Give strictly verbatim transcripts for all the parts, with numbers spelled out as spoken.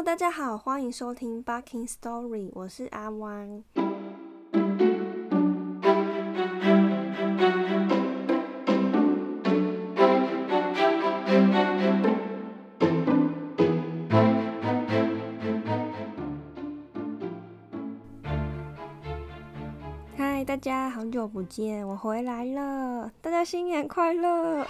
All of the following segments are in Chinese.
大家好，欢迎收听 Barking Story， 我是阿汪。嗨，大家好久不见，我回来了，大家新年快乐！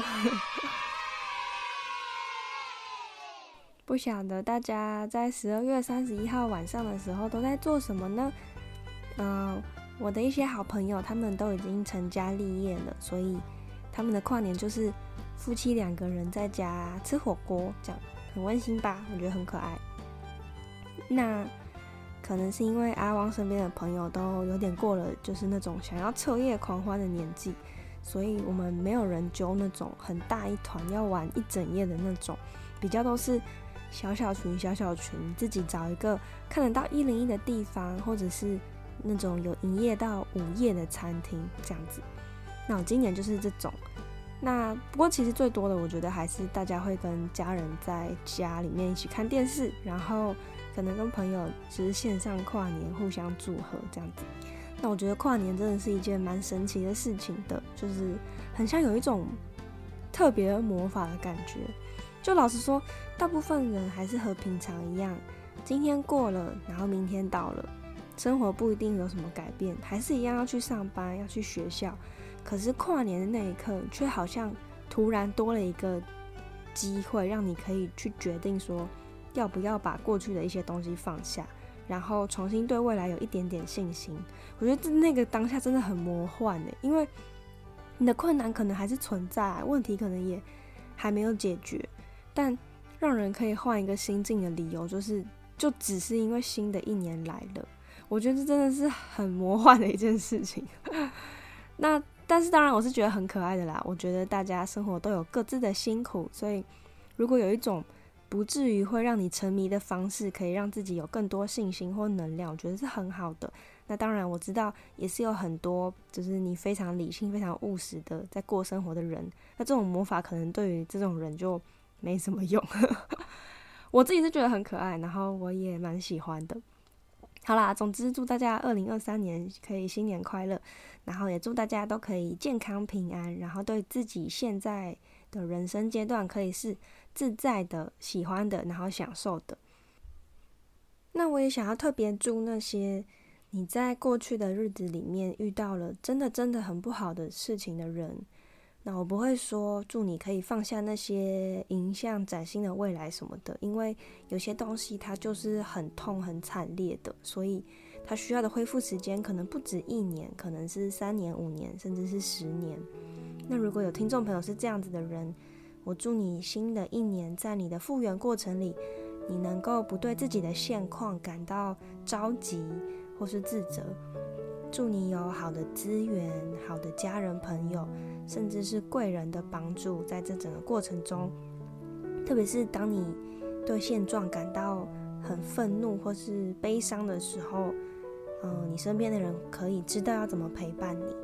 不晓得大家在十二月三十一号晚上的时候都在做什么呢？嗯、呃，我的一些好朋友他们都已经成家立业了，所以他们的跨年就是夫妻两个人在家吃火锅，这样很温馨吧？我觉得很可爱。那可能是因为阿汪身边的朋友都有点过了就是那种想要彻夜狂欢的年纪，所以我们没有人揪那种很大一团要玩一整夜的那种，比较都是小小群小小群，自己找一个看得到一零一的地方，或者是那种有营业到午夜的餐厅这样子。那我今年就是这种。那不过其实最多的我觉得还是大家会跟家人在家里面一起看电视，然后可能跟朋友就是线上跨年互相祝贺这样子。那我觉得跨年真的是一件蛮神奇的事情的，就是很像有一种特别的魔法的感觉。就老实说，大部分人还是和平常一样，今天过了，然后明天到了，生活不一定有什么改变，还是一样要去上班，要去学校。可是跨年的那一刻，却好像突然多了一个机会，让你可以去决定说，要不要把过去的一些东西放下，然后重新对未来有一点点信心。我觉得那个当下真的很魔幻耶，因为你的困难可能还是存在，问题可能也还没有解决，但让人可以换一个心境的理由，就是就只是因为新的一年来了。我觉得这真的是很魔幻的一件事情。那但是当然我是觉得很可爱的啦，我觉得大家生活都有各自的辛苦，所以如果有一种不至于会让你沉迷的方式，可以让自己有更多信心或能量，我觉得是很好的。那当然我知道也是有很多就是你非常理性非常务实的在过生活的人，那这种魔法可能对于这种人就没什么用。我自己是觉得很可爱，然后我也蛮喜欢的。好啦，总之祝大家二零二三年可以新年快乐，然后也祝大家都可以健康平安，然后对自己现在的人生阶段可以是自在的、喜欢的，然后享受的。那我也想要特别祝那些你在过去的日子里面遇到了真的真的很不好的事情的人，那我不会说祝你可以放下那些迎向崭新的未来什么的，因为有些东西它就是很痛很惨烈的，所以它需要的恢复时间可能不止一年，可能是三年五年甚至是十年。那如果有听众朋友是这样子的人，我祝你新的一年在你的复原过程里，你能够不对自己的现况感到着急或是自责，祝你有好的资源、好的家人朋友，甚至是贵人的帮助，在这整个过程中，特别是当你对现状感到很愤怒或是悲伤的时候，呃，你身边的人可以知道要怎么陪伴你。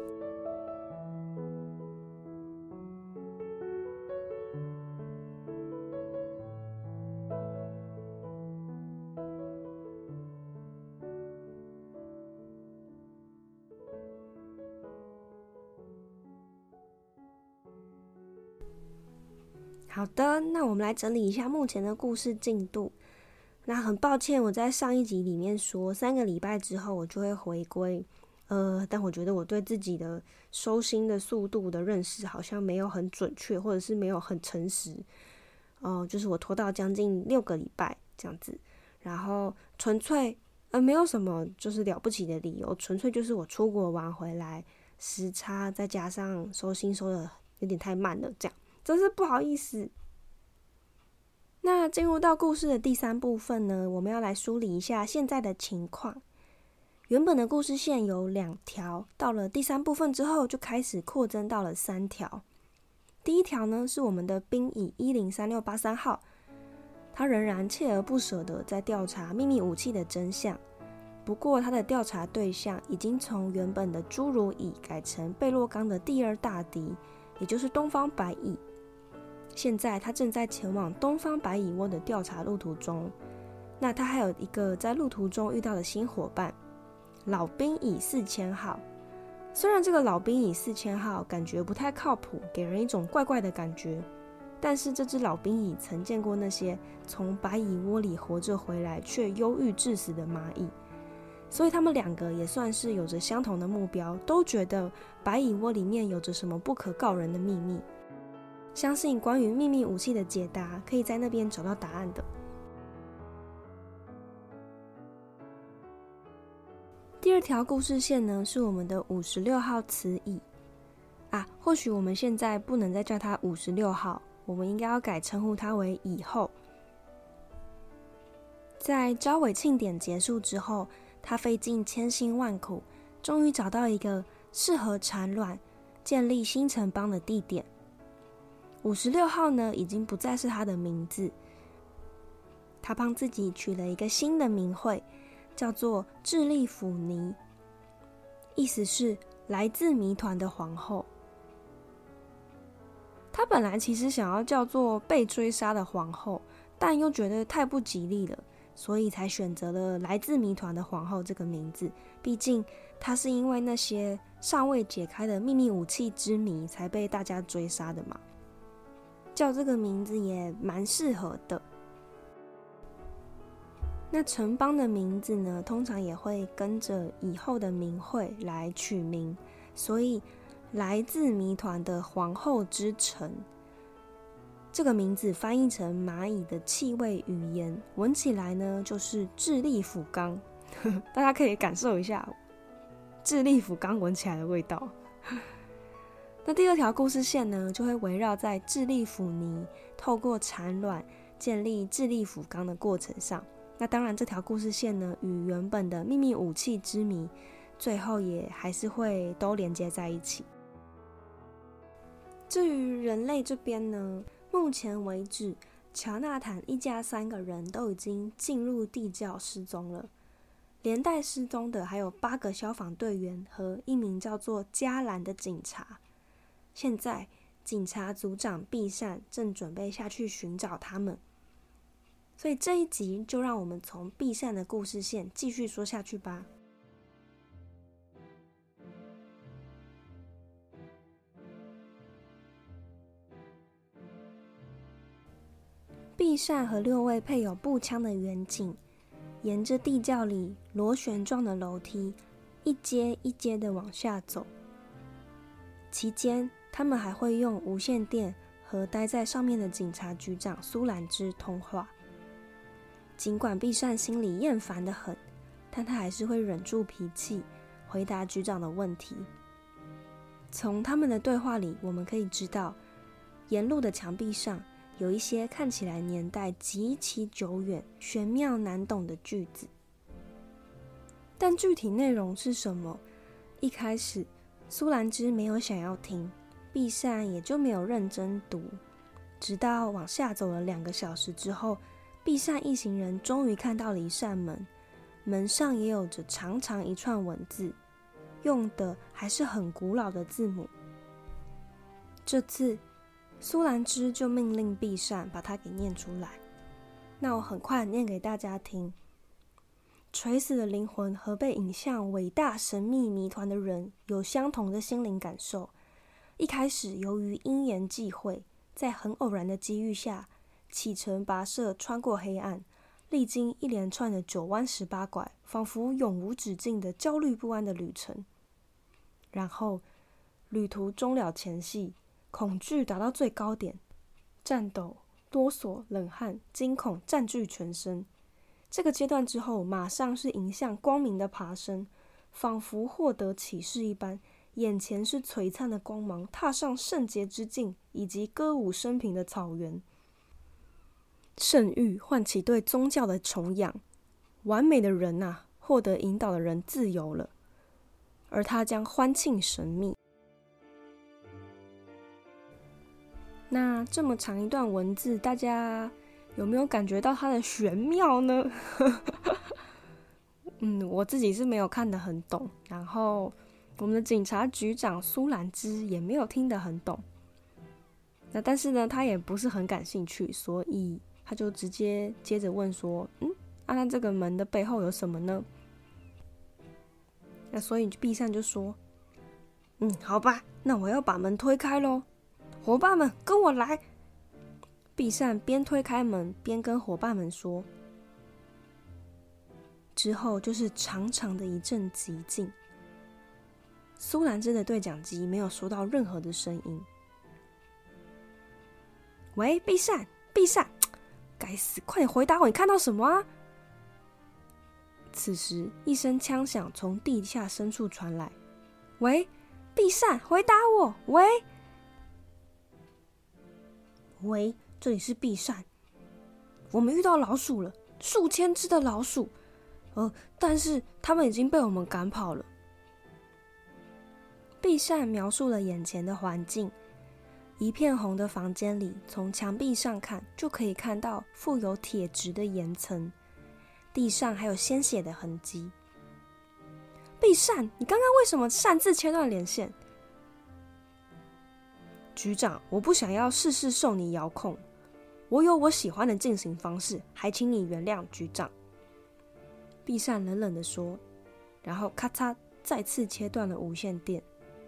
好的，那我们来整理一下目前的故事进度。那很抱歉，我在上一集里面说三个礼拜之后我就会回归，呃，但我觉得我对自己的收心的速度的认识好像没有很准确，或者是没有很诚实。哦、呃，就是我拖到将近六个礼拜这样子，然后纯粹呃没有什么就是了不起的理由，纯粹就是我出国玩回来时差，再加上收心收的有点太慢了，这样。真是不好意思。那进入到故事的第三部分呢，我们要来梳理一下现在的情况。原本的故事线有两条，到了第三部分之后就开始扩增到了三条。第一条呢是我们的兵乙一零三六八三号，他仍然锲而不舍地在调查秘密武器的真相，不过他的调查对象已经从原本的侏儒蚁改成贝洛冈的第二大敌，也就是东方白蚁。现在他正在前往东方白蚁窝的调查路途中， 那他还有一个在路途中遇到的新伙伴，老兵乙四千号。虽然这个老兵乙四千号感觉不太靠谱，给人一种怪怪的感觉，但是这只老兵蚁曾见过那些从白蚁窝里活着回来却忧郁致死的蚂蚁，所以他们两个也算是有着相同的目标，都觉得白蚁窝里面有着什么不可告人的秘密，相信关于秘密武器的解答可以在那边找到答案的。第二条故事线呢，是我们的五十六号雌蚁啊，或许我们现在不能再叫它五十六号，我们应该要改称呼它为蚁后。在招尾庆典结束之后，他费尽千辛万苦，终于找到一个适合产卵、建立新城邦的地点。五十六号呢，已经不再是他的名字，他帮自己取了一个新的名讳，叫做智利甫尼，意思是来自谜团的皇后。他本来其实想要叫做被追杀的皇后，但又觉得太不吉利了，所以才选择了来自谜团的皇后这个名字。毕竟她是因为那些尚未解开的秘密武器之谜才被大家追杀的嘛，叫这个名字也蛮适合的。那城邦的名字呢，通常也会跟着以后的名讳来取名，所以来自谜团的皇后之城这个名字翻译成蚂蚁的气味语言，闻起来呢就是智利甫冈大家可以感受一下智利甫冈闻起来的味道那第二条故事线呢，就会围绕在智利甫尼透过产卵建立智利甫冈的过程上。那当然这条故事线呢，与原本的秘密武器之谜最后也还是会都连接在一起。至于人类这边呢，目前为止乔纳坦一家三个人都已经进入地窖失踪了，连带失踪的还有八个消防队员和一名叫做加兰的警察。现在警察组长毕善正准备下去寻找他们，所以这一集就让我们从毕善的故事线继续说下去吧。毕善和六位配有步枪的远警，沿着地窖里螺旋状的楼梯，一阶一阶的往下走。期间，他们还会用无线电和待在上面的警察局长苏兰芝通话。尽管毕善心里厌烦得很，但他还是会忍住脾气，回答局长的问题。从他们的对话里，我们可以知道，沿路的墙壁上有一些看起来年代极其久远、玄妙难懂的句子，但具体内容是什么，一开始苏兰芝没有想要听，毕善也就没有认真读。直到往下走了两个小时之后，毕善一行人终于看到了一扇门，门上也有着长长一串文字，用的还是很古老的字母。这次苏兰芝就命令毕善把它给念出来。那我很快念给大家听。垂死的灵魂和被引向伟大神秘谜团的人有相同的心灵感受。一开始由于因缘际会，在很偶然的机遇下启程跋涉穿过黑暗，历经一连串的九弯十八拐，仿佛永无止境的焦虑不安的旅程。然后旅途终了前夕，恐惧达到最高点，颤抖、哆嗦、冷汗、惊恐占据全身。这个阶段之后，马上是迎向光明的爬升，仿佛获得启示一般，眼前是璀璨的光芒，踏上圣洁之境以及歌舞升平的草原。圣域唤起对宗教的崇仰，完美的人啊，获得引导的人自由了，而他将欢庆神秘。那这么长一段文字，大家有没有感觉到它的玄妙呢？嗯，我自己是没有看得很懂，然后我们的警察局长苏兰芝也没有听得很懂。那但是呢，他也不是很感兴趣，所以他就直接接着问说：“嗯， 啊，那这个门的背后有什么呢？那所以毕善就说，嗯，好吧，那我要把门推开咯，伙伴们跟我来。毕善边推开门边跟伙伴们说，之后就是长长的一阵寂静。苏兰芝的对讲机没有收到任何的声音。喂，毕善，毕善，该死，快点回答我，你看到什么啊？此时一声枪响从地下深处传来。喂，毕善，回答我，喂，喂，这里是毕善，我们遇到老鼠了，数千只的老鼠，呃，但是他们已经被我们赶跑了。毕善描述了眼前的环境，一片红的房间里，从墙壁上看就可以看到附有铁质的岩层，地上还有鲜血的痕迹。毕善，你刚刚为什么擅自切断连线？局长，我不想要事事受你遥控，我有我喜欢的进行方式，还请你原谅局长。毕善冷冷地说，然后咔嚓再次切断了无线电。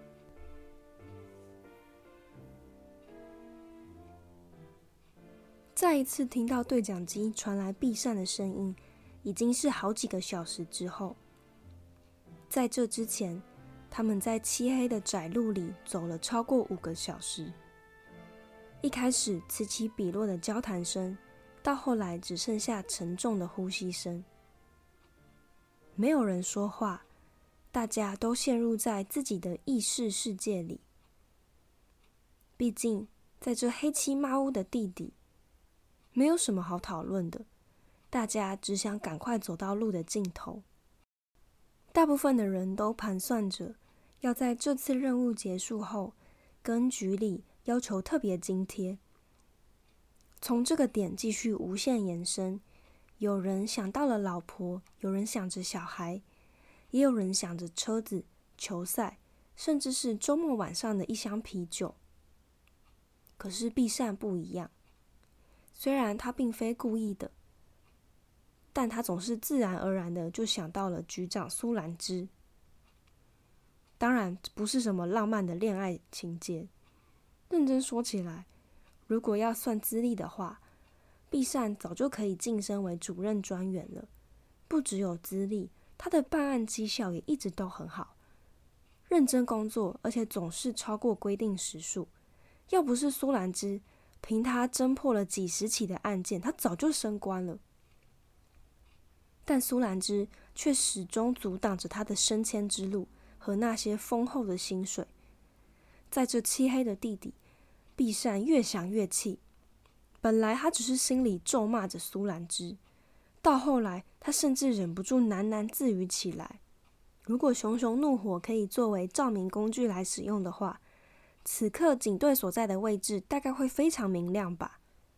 再一次听到对讲机传来毕善的声音，已经是好几个小时之后。在这之前，他们在漆黑的窄路里走了超过五个小时。一开始此起彼落的交谈声，到后来只剩下沉重的呼吸声。没有人说话，大家都陷入在自己的意识世界里。毕竟，在这黑漆麻乌的地底，没有什么好讨论的，大家只想赶快走到路的尽头。大部分的人都盘算着要在这次任务结束后跟局里要求特别津贴，从这个点继续无限延伸。有人想到了老婆，有人想着小孩，也有人想着车子、球赛，甚至是周末晚上的一箱啤酒。可是毕善不一样，虽然他并非故意的，但他总是自然而然的就想到了局长苏兰芝。当然不是什么浪漫的恋爱情节，认真说起来，如果要算资历的话，毕善早就可以晋升为主任专员了。不只有资历，他的办案绩效也一直都很好，认真工作，而且总是超过规定时数。要不是苏兰芝凭他侦破了几十起的案件，他早就升官了。但苏兰芝却始终阻挡着他的升迁之路和那些丰厚的薪水。在这漆黑的地底，毕善越想越气。本来他只是心里咒骂着苏兰芝，到后来他甚至忍不住喃喃自语起来，如果熊熊怒火可以作为照明工具来使用的话，此刻警队所在的位置大概会非常明亮吧。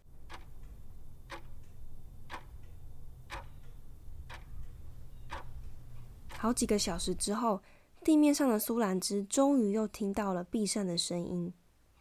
好几个小时之后，地面上的苏兰芝终于又听到了毕善的声音。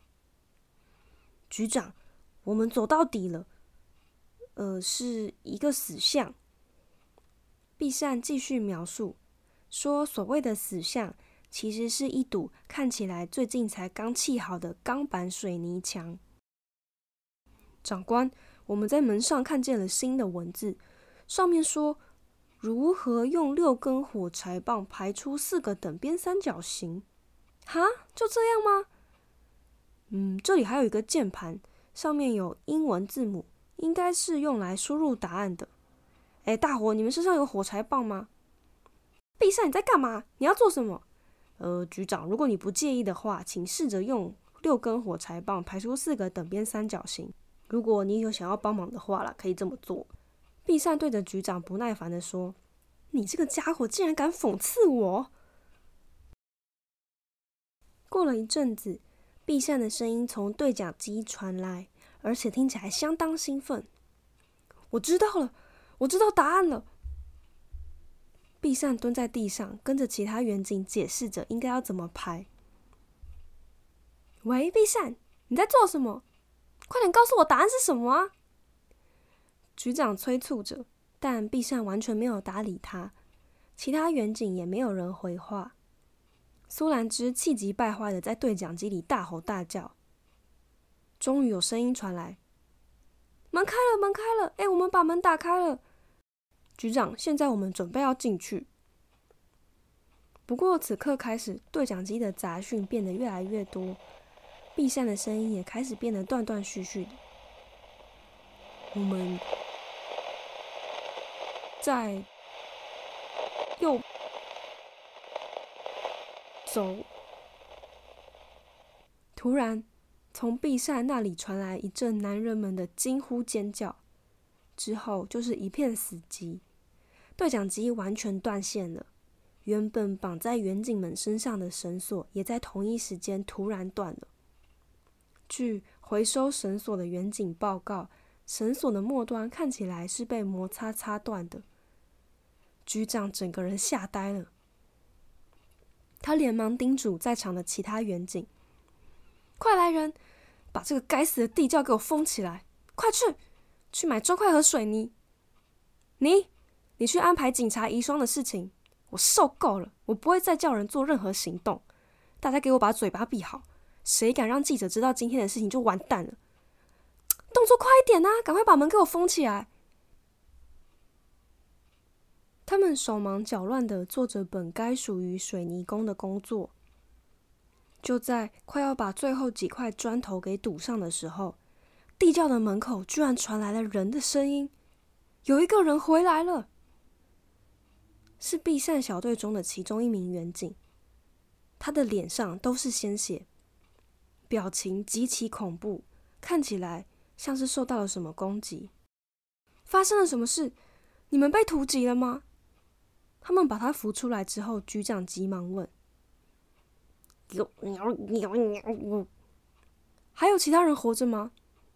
局长，我们走到底了，呃，是一个死巷。毕善继续描述，说所谓的死巷其实是一堵看起来最近才刚砌好的钢板水泥墙。长官，我们在门上看见了新的文字，上面说如何用六根火柴棒排出四个等边三角形。哈，就这样吗？嗯，这里还有一个键盘，上面有英文字母，应该是用来输入答案的。哎，大伙，你们身上有火柴棒吗？毕善，你在干嘛？你要做什么？呃，局长，如果你不介意的话，请试着用六根火柴棒排出四个等边三角形。如果你有想要帮忙的话啦，可以这么做。毕善对着局长不耐烦地说：“你这个家伙竟然敢讽刺我！”过了一阵子，毕善的声音从对讲机传来，而且听起来相当兴奋。我知道了，我知道答案了。毕善蹲在地上，跟着其他员警解释着应该要怎么排。喂，毕善，你在做什么？快点告诉我答案是什么啊！局长催促着， 但毕善完全没有搭理他，其他员警也没有人回话。苏兰芝气急败坏的在对讲机里大吼大叫。终于有声音传来：“门开了，门开了！哎，我们把门打开了。局长，现在我们准备要进去。”不过此刻开始，对讲机的杂讯变得越来越多，毕善的声音也开始变得断断续续的。我们在右走。突然，从毕善那里传来一阵男人们的惊呼尖叫，之后就是一片死寂，对讲机完全断线了。原本绑在员警们身上的绳索也在同一时间突然断了。据回收绳索的员警报告，绳索的末端看起来是被摩擦擦断的。局长整个人吓呆了，他连忙叮嘱在场的其他员警：“快来人，把这个该死的地窖给我封起来！快去，去买砖块和水泥。你，你去安排警察遗孀的事情。我受够了，我不会再叫人做任何行动。大家给我把嘴巴闭好，谁敢让记者知道今天的事情就完蛋了。动作快一点啊，赶快把门给我封起来！”他们手忙脚乱地做着本该属于水泥工的工作。就在快要把最后几块砖头给堵上的时候，地窖的门口居然传来了人的声音：“有一个人回来了！”是毕善小队中的其中一名员警，他的脸上都是鲜血，表情极其恐怖，看起来像是受到了什么攻击。发生了什么事？你们被突击了吗？他们把他扶出来之后，局长急忙问：“还有其他人活着吗？”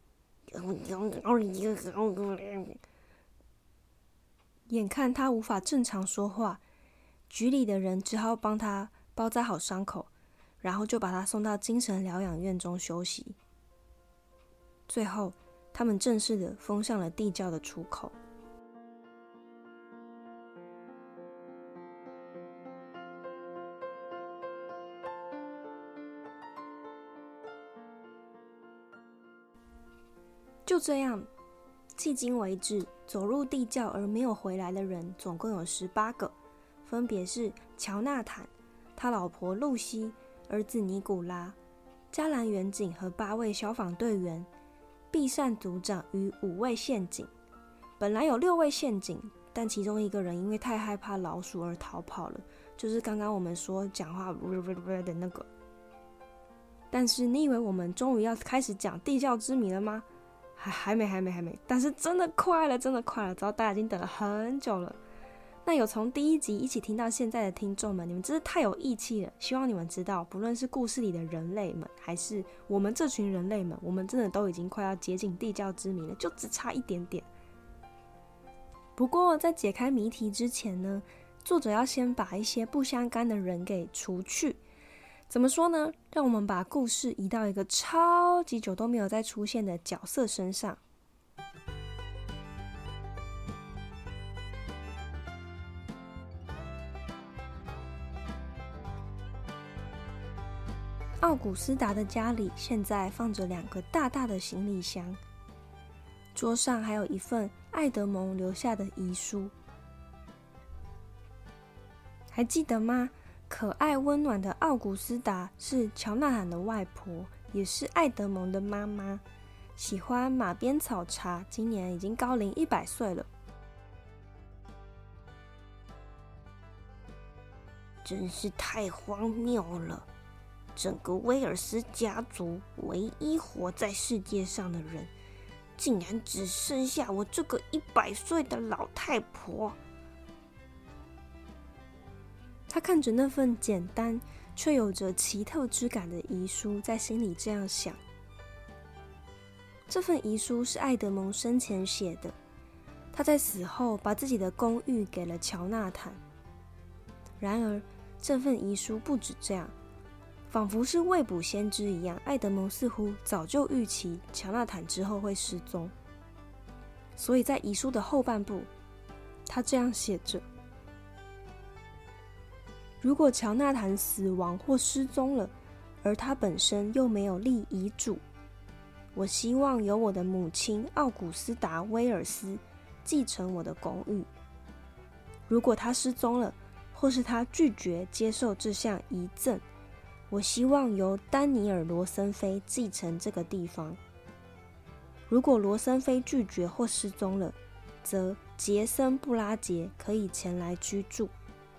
眼看他无法正常说话，局里的人只好帮他包扎好伤口，然后就把他送到精神疗养院中休息。最后，他们正式的封上了地窖的出口。就这样，迄今为止，走入地窖而没有回来的人总共有十八个，分别是乔纳坦、他老婆露西、儿子尼古拉、加兰员警和八位消防队员、毕善组长与五位宪警。本来有六位宪警，但其中一个人因为太害怕老鼠而逃跑了，就是刚刚我们说讲话的那个。但是你以为我们终于要开始讲地窖之谜了吗？还还没还没还没，但是真的快了，真的快了！知道大家已经等了很久了。那有从第一集一起听到现在的听众们，你们真是太有义气了。希望你们知道，不论是故事里的人类们，还是我们这群人类们，我们真的都已经快要接近地窖之谜了，就只差一点点。不过在解开谜题之前呢，作者要先把一些不相干的人给除去。怎么说呢？让我们把故事移到一个超级久都没有再出现的角色身上。奥古斯达的家里现在放着两个大大的行李箱，桌上还有一份艾德蒙留下的遗书。还记得吗？可爱温暖的奥古斯达是乔纳坦的外婆，也是艾德蒙的妈妈，喜欢马鞭草茶，今年已经高龄一百岁了。 真是太荒谬了！整个威尔斯家族唯一活在世界上的人，竟然只剩下我这个一百岁的老太婆。 他看着那份简单却有着奇特之感的遗书，在心里这样想。这份遗书是艾德蒙生前写的，他在死后把自己的公寓给了乔纳坦。然而，这份遗书不止这样，仿佛是未卜先知一样，艾德蒙似乎早就预期乔纳坦之后会失踪。所以在遗书的后半部， 他这样写着：如果乔纳坦死亡或失踪了，而他本身又没有立遗嘱，我希望由我的母亲奥古斯达·威尔斯继承我的公寓。如果他失踪了，或是他拒绝接受这项遗赠，我希望由丹尼尔·罗森菲继承这个地方。如果罗森菲拒绝或失踪了，则杰森·布拉杰可以前来居住。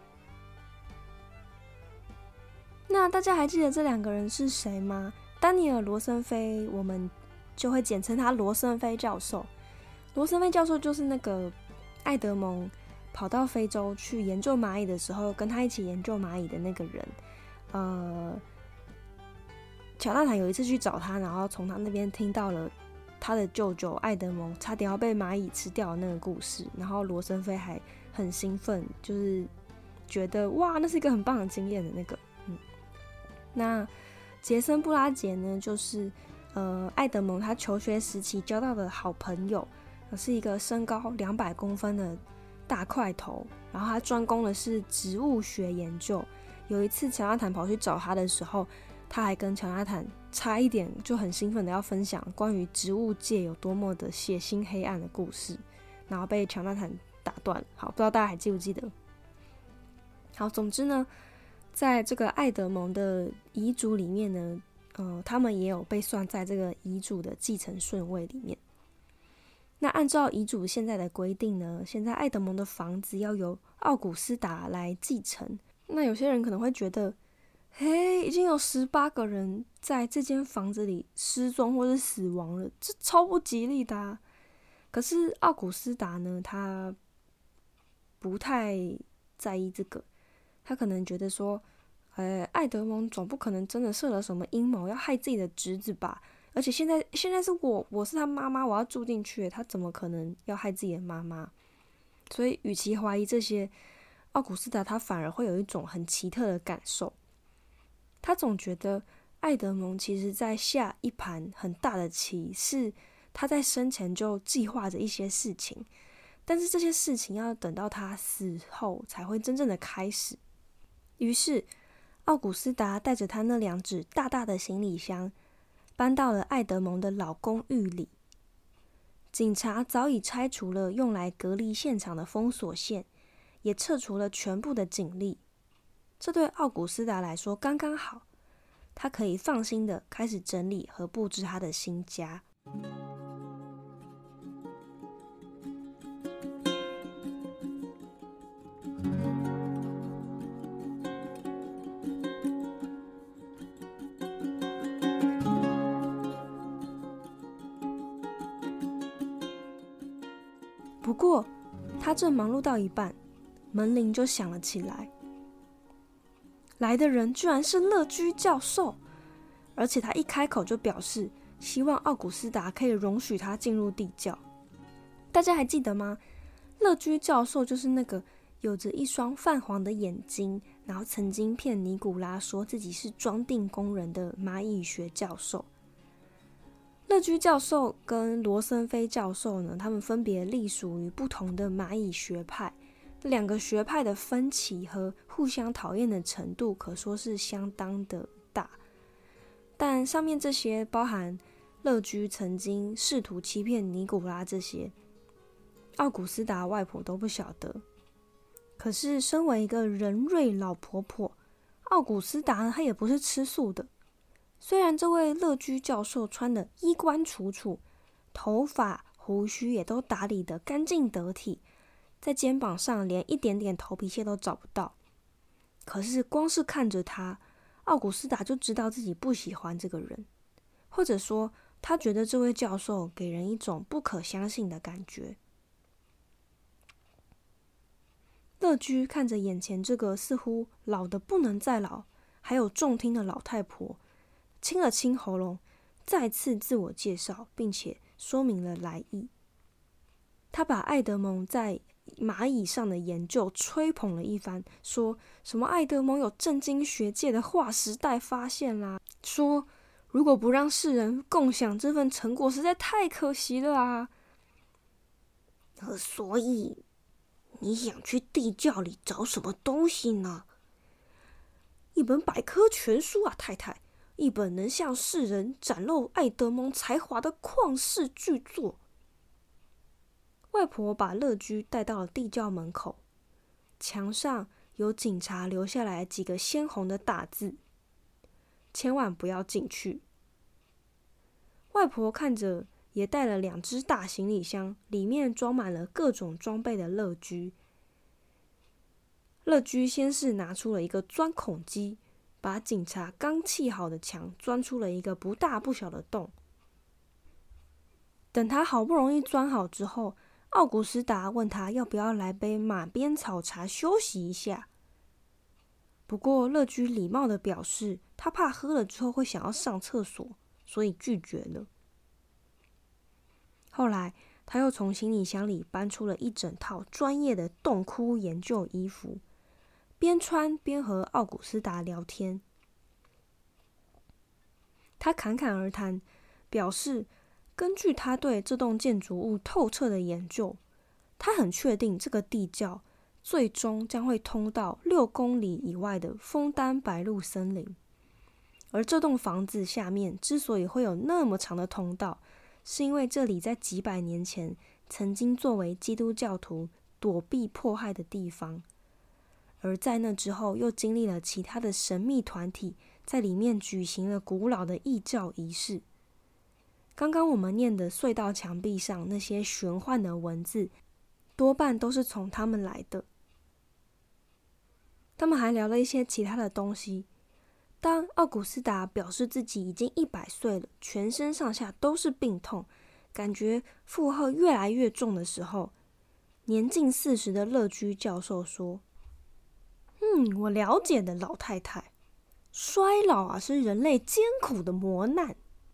那大家还记得这两个人是谁吗？丹尼尔·罗森菲，我们就会简称他罗森菲教授。罗森菲教授就是那个艾德蒙跑到非洲去研究蚂蚁的时候，跟他一起研究蚂蚁的那个人。呃，乔纳坦有一次去找他，然后从他那边听到了他的舅舅艾德蒙差点要被蚂蚁吃掉的那个故事，然后罗森菲还很兴奋，就是觉得哇，那是一个很棒的经验的那个。嗯，那杰森·布拉杰呢，就是呃艾德蒙他求学时期交到的好朋友，是一个身高两百公分的大块头，然后他专攻的是植物学研究。有一次乔纳坦跑去找他的时候，他还跟乔纳坦差一点就很兴奋的要分享关于植物界有多么的血腥黑暗的故事，然后被乔纳坦打断。好，不知道大家还记不记得？好，总之呢，在这个艾德蒙的遗嘱里面呢，呃，他们也有被算在这个遗嘱的继承顺位里面。那按照遗嘱现在的规定呢，现在艾德蒙的房子要由奥古斯达来继承。那有些人可能会觉得，嘿，已经有十八个人在这间房子里失踪或是死亡了，这超不吉利的啊。可是奥古斯达呢，他不太在意这个，他可能觉得说，呃，艾德蒙总不可能真的设了什么阴谋要害自己的侄子吧？而且现在现在是我，我是他妈妈，我要住进去，他怎么可能要害自己的妈妈？所以，与其怀疑这些，奥古斯达他反而会有一种很奇特的感受。他总觉得艾德蒙其实在下一盘很大的棋，是他在生前就计划着一些事情，但是这些事情要等到他死后才会真正的开始。于是，奥古斯达带着他那两只大大的行李箱，搬到了艾德蒙的老公寓里。警察早已拆除了用来隔离现场的封锁线，也撤除了全部的警力。这对奥古斯达来说刚刚好，他可以放心的开始整理和布置他的新家。不过，他正忙碌到一半，门铃就响了起来。来的人居然是乐居教授，而且他一开口就表示希望奥古斯达可以容许他进入地窖。大家还记得吗？乐居教授就是那个有着一双泛黄的眼睛，然后曾经骗尼古拉说自己是装订工人的蚂蚁学教授。乐居教授跟罗森菲教授呢，他们分别隶属于不同的蚂蚁学派。两个学派的分歧和互相讨厌的程度可说是相当的大，但上面这些包含乐居曾经试图欺骗尼古拉这些，奥古斯达外婆都不晓得。可是身为一个人瑞老婆婆，奥古斯达她也不是吃素的。虽然这位乐居教授穿得衣冠楚楚，头发胡须也都打理得干净得体，在肩膀上连一点点头皮屑都找不到，可是光是看着他，奥古斯达就知道自己不喜欢这个人，或者说他觉得这位教授给人一种不可相信的感觉。乐居看着眼前这个似乎老得不能再老，还有重听的老太婆，清了清喉咙，再次自我介绍，并且说明了来意。他把艾德蒙在蚂蚁上的研究吹捧了一番，说什么艾德蒙有震惊学界的划时代发现啦，说如果不让世人共享这份成果，实在太可惜了啊。 呃，所以你想去地窖里找什么东西呢？ 一本百科全书啊，太太，一本能向世人展露艾德蒙才华的旷世巨作。外婆把乐居带到了地窖门口，墙上有警察留下来几个鲜红的大字：千万不要进去。外婆看着也带了两只大行李箱，里面装满了各种装备的乐居。乐居先是拿出了一个钻孔机，把警察刚砌好的墙钻出了一个不大不小的洞。等他好不容易钻好之后，奥古斯达问他要不要来杯马鞭草茶休息一下。不过乐居礼貌地表示，他怕喝了之后会想要上厕所，所以拒绝了。后来他又从行李箱里搬出了一整套专业的洞窟研究衣服，边穿边和奥古斯达聊天。他侃侃而谈，表示根据他对这栋建筑物透彻的研究，他很确定这个地窖最终将会通到六公里以外的枫丹白露森林。而这栋房子下面之所以会有那么长的通道，是因为这里在几百年前曾经作为基督教徒躲避迫害的地方，而在那之后又经历了其他的神秘团体在里面举行了古老的异教仪式。刚刚我们念的隧道墙壁上那些玄幻的文字，多半都是从他们来的。他们还聊了一些其他的东西。当奥古斯达表示自己已经一百岁了，全身上下都是病痛，感觉负荷越来越重的时候，年近四十的乐居教授说：“嗯，我了解的，老太太，衰老啊是人类艰苦的磨难。”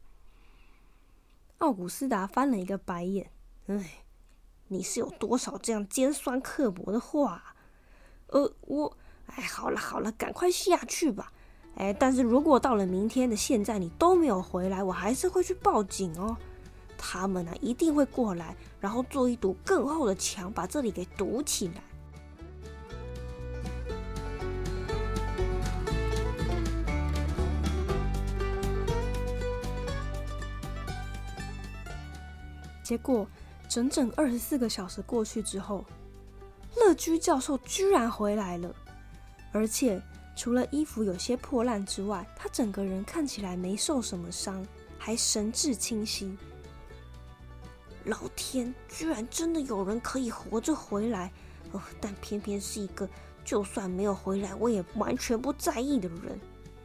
奥古斯达翻了一个白眼：“哎，你是有多少这样尖酸刻薄的话啊？呃，我……哎，好了好了，赶快下去吧。哎，但是如果到了明天的现在你都没有回来，我还是会去报警哦。他们啊一定会过来，然后做一堵更厚的墙，把这里给堵起来。”结果整整二十四个小时过去之后，乐居教授居然回来了，而且除了衣服有些破烂之外，他整个人看起来没受什么伤，还神志清晰。老天，居然真的有人可以活着回来，哦，但偏偏是一个就算没有回来我也完全不在意的人。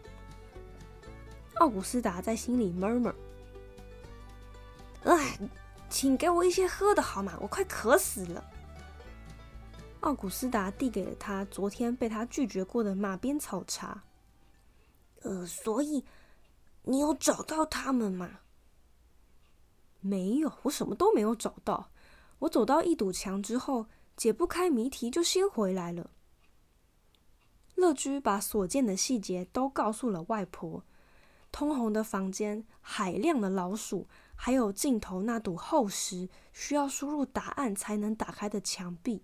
奥古斯达在心里 murmur： 哎，请给我一些喝的好吗？我快渴死了。奥古斯达递给了他昨天被他拒绝过的马鞭草茶。呃，所以你有找到他们吗？没有，我什么都没有找到。我走到一堵墙之后，解不开谜题，就先回来了。乐居把所见的细节都告诉了外婆：通红的房间、海量的老鼠，还有尽头那堵厚实、需要输入答案才能打开的墙壁。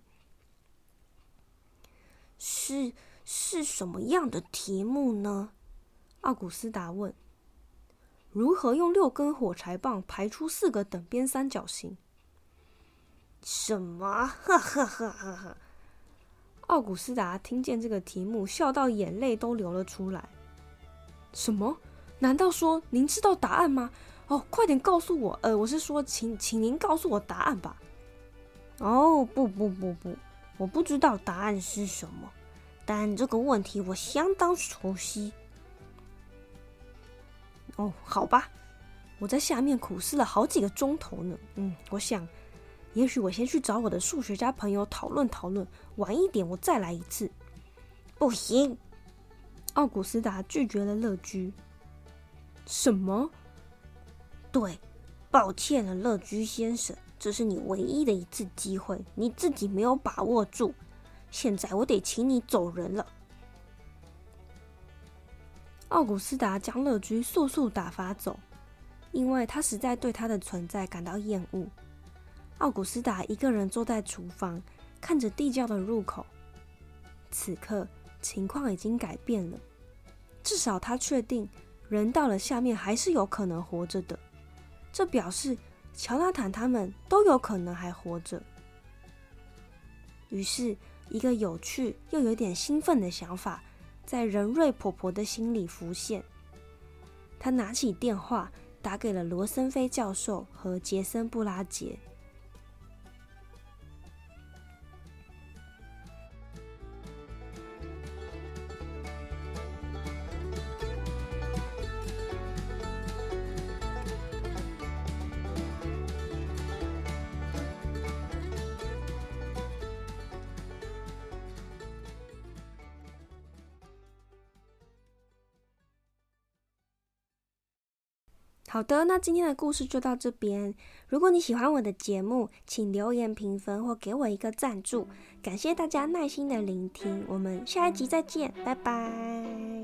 是是什么样的题目呢？奥古斯达问。如何用六根火柴棒排出四个等边三角形？什么？哈哈哈哈哈！奥古斯达听见这个题目，笑到眼泪都流了出来。什么？难道说您知道答案吗？哦，快点告诉我！呃，我是说，请请您告诉我答案吧。哦，不不不不，我不知道答案是什么，但这个问题我相当熟悉。哦，好吧，我在下面苦思了好几个钟头呢。嗯，我想，也许我先去找我的数学家朋友讨论讨论，晚一点我再来一次。不行，奥古斯达拒绝了乐居。什么？对，抱歉了，乐居先生，这是你唯一的一次机会，你自己没有把握住。现在我得请你走人了。奥古斯达将乐居速速打发走，因为他实在对他的存在感到厌恶。奥古斯达一个人坐在厨房， 看着地窖的入口。此刻情况已经改变了，至少他确定人到了下面还是有可能活着的，这表示乔纳坦他们都有可能还活着。于是一个有趣又有点兴奋的想法在任瑞婆婆的心里浮现。她拿起电话打给了罗森菲教授和杰森布拉杰。好的，那今天的故事就到这边。如果你喜欢我的节目，请留言评分或给我一个赞助。感谢大家耐心的聆听，我们下一集再见，拜拜。